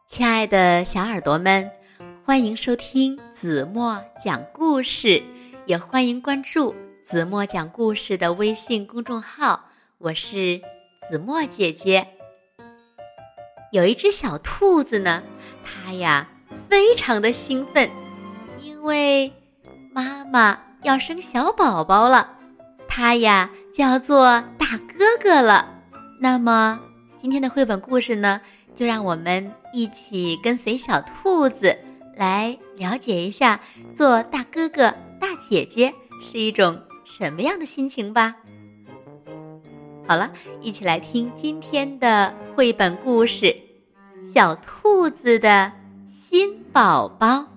亲爱的小耳朵们，欢迎收听子墨讲故事，也欢迎关注子墨讲故事的微信公众号，我是子墨姐姐。有一只小兔子呢，它呀非常的兴奋，因为妈妈要生小宝宝了，它呀就要做大哥哥了。那么今天的绘本故事呢，就让我们一起跟随小兔子来了解一下做大哥哥大姐姐是一种什么样的心情吧。好了，一起来听今天的绘本故事，小兔子的新宝宝。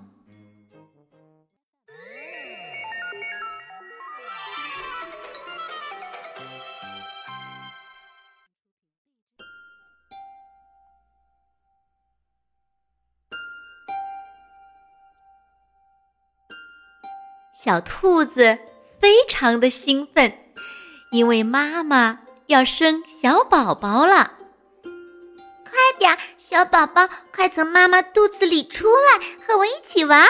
小兔子非常的兴奋，因为妈妈要生小宝宝了。 快点，小宝宝快从妈妈肚子里出来，和我一起玩。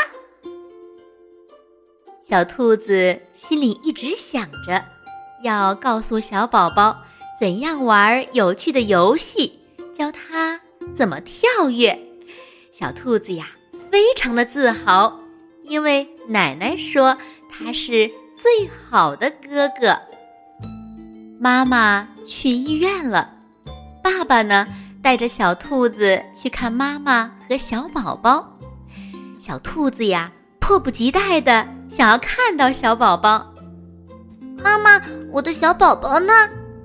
小兔子心里一直想着要告诉小宝宝怎样玩有趣的游戏，教他怎么跳跃。小兔子呀非常的自豪，因为奶奶说他是最好的哥哥。妈妈去医院了，爸爸呢带着小兔子去看妈妈和小宝宝。小兔子呀迫不及待地想要看到小宝宝。 妈妈，我的小宝宝呢？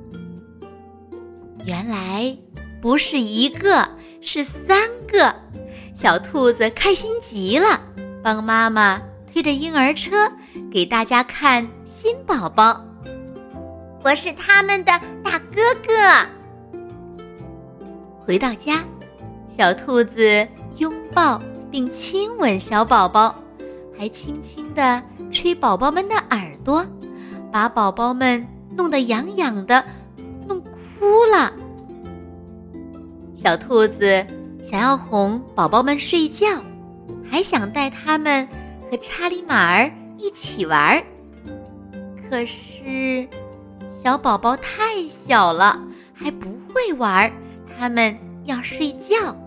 原来不是一个，是3个。小兔子开心极了，帮妈妈推着婴儿车给大家看新宝宝。 我是他们的大哥哥。 回到家，小兔子拥抱并亲吻小宝宝，还轻轻地吹宝宝们的耳朵，把宝宝们弄得痒痒的，弄哭了。小兔子想要哄宝宝们睡觉，还想带他们和查理马儿一起玩，可是小宝宝太小了，还不会玩，他们要睡觉。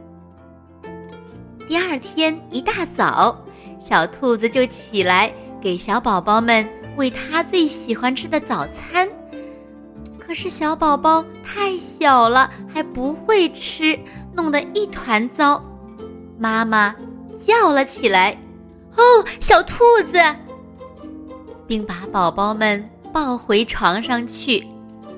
第二天一大早，小兔子就起来给小宝宝们喂他最喜欢吃的早餐，可是小宝宝太小了，还不会吃，弄得一团糟。妈妈叫了起来，哦，小兔子，并把宝宝们抱回床上去。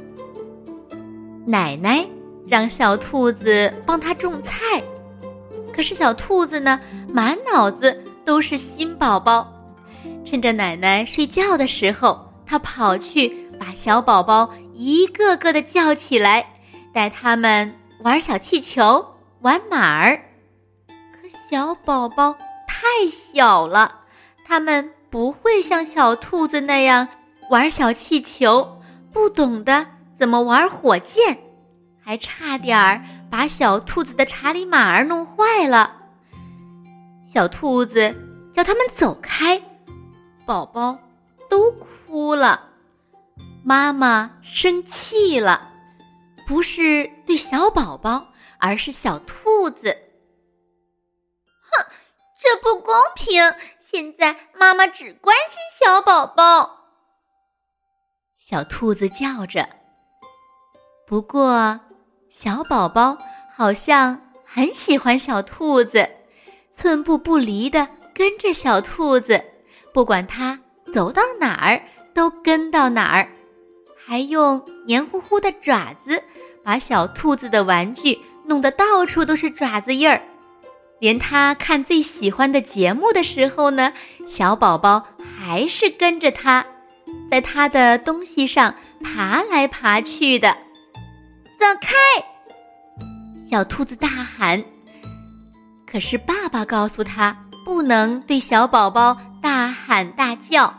奶奶让小兔子帮她种菜，可是小兔子呢，满脑子都是新宝宝。趁着奶奶睡觉的时候，她跑去把小宝宝一个个的叫起来，带他们玩小气球，玩马儿。可小宝宝太小了，他们不会像小兔子那样玩小气球，不懂得怎么玩火箭，还差点儿把小兔子的查理马儿弄坏了。小兔子叫他们走开，宝宝都哭了。妈妈生气了，不是对小宝宝，而是小兔子。 哼，这不公平！现在妈妈只关心小宝宝。 小兔子叫着。不过小宝宝好像很喜欢小兔子，寸步不离地跟着小兔子，不管它走到哪儿都跟到哪儿，还用黏糊糊的爪子把小兔子的玩具弄得到处都是爪子印儿。连他看最喜欢的节目的时候呢，小宝宝还是跟着他，在他的东西上爬来爬去的。 走开！ 小兔子大喊。可是爸爸告诉他，不能对小宝宝大喊大叫。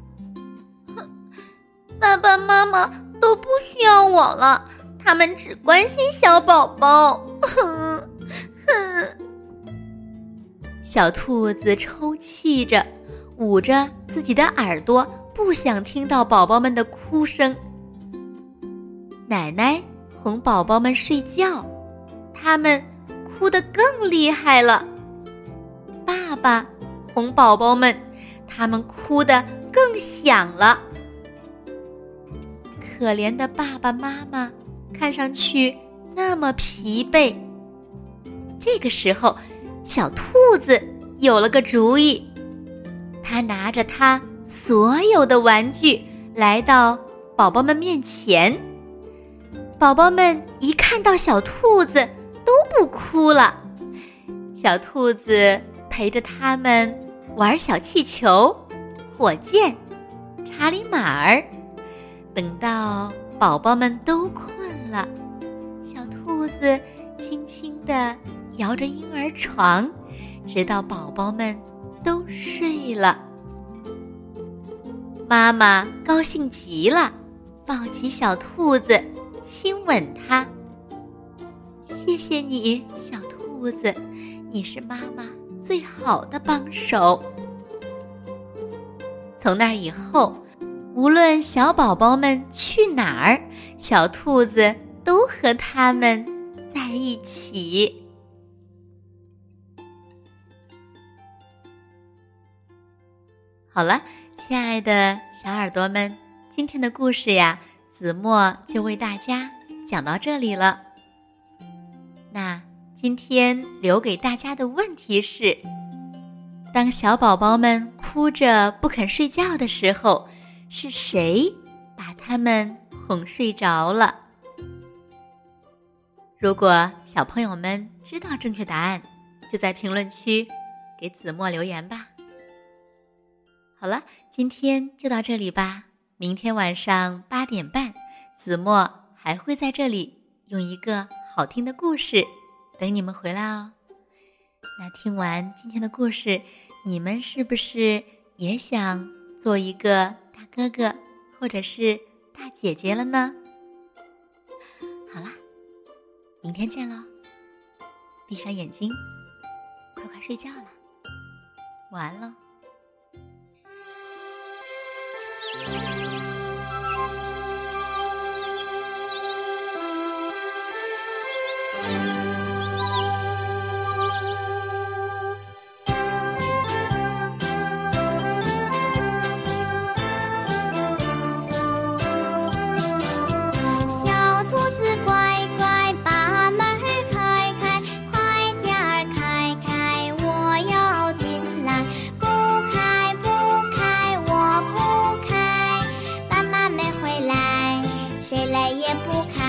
爸爸妈妈都不需要我了，他们只关心小宝宝。 小兔子抽泣着，捂着自己的耳朵，不想听到宝宝们的哭声。奶奶哄宝宝们睡觉，他们哭得更厉害了。爸爸哄宝宝们，他们哭得更响了。可怜的爸爸妈妈看上去那么疲惫。这个时候，小兔子有了个主意，它拿着它所有的玩具来到宝宝们面前。宝宝们一看到小兔子都不哭了。小兔子陪着他们玩小气球、火箭、查理马儿。等到宝宝们都困了，小兔子轻轻地摇着婴儿床，直到宝宝们都睡了。妈妈高兴极了，抱起小兔子，亲吻它。谢谢你，小兔子，你是妈妈最好的帮手。从那以后，无论小宝宝们去哪儿，小兔子都和他们在一起。好了，亲爱的小耳朵们，今天的故事呀，子墨就为大家讲到这里了。那今天留给大家的问题是，当小宝宝们哭着不肯睡觉的时候，是谁把他们哄睡着了？如果小朋友们知道正确答案，就在评论区给子墨留言吧。好了，今天就到这里吧。明天晚上8点半，子墨还会在这里用一个好听的故事等你们回来哦。那听完今天的故事，你们是不是也想做一个大哥哥或者是大姐姐了呢？好啦，明天见喽！闭上眼睛，快快睡觉了，晚安喽。 谁来也不开。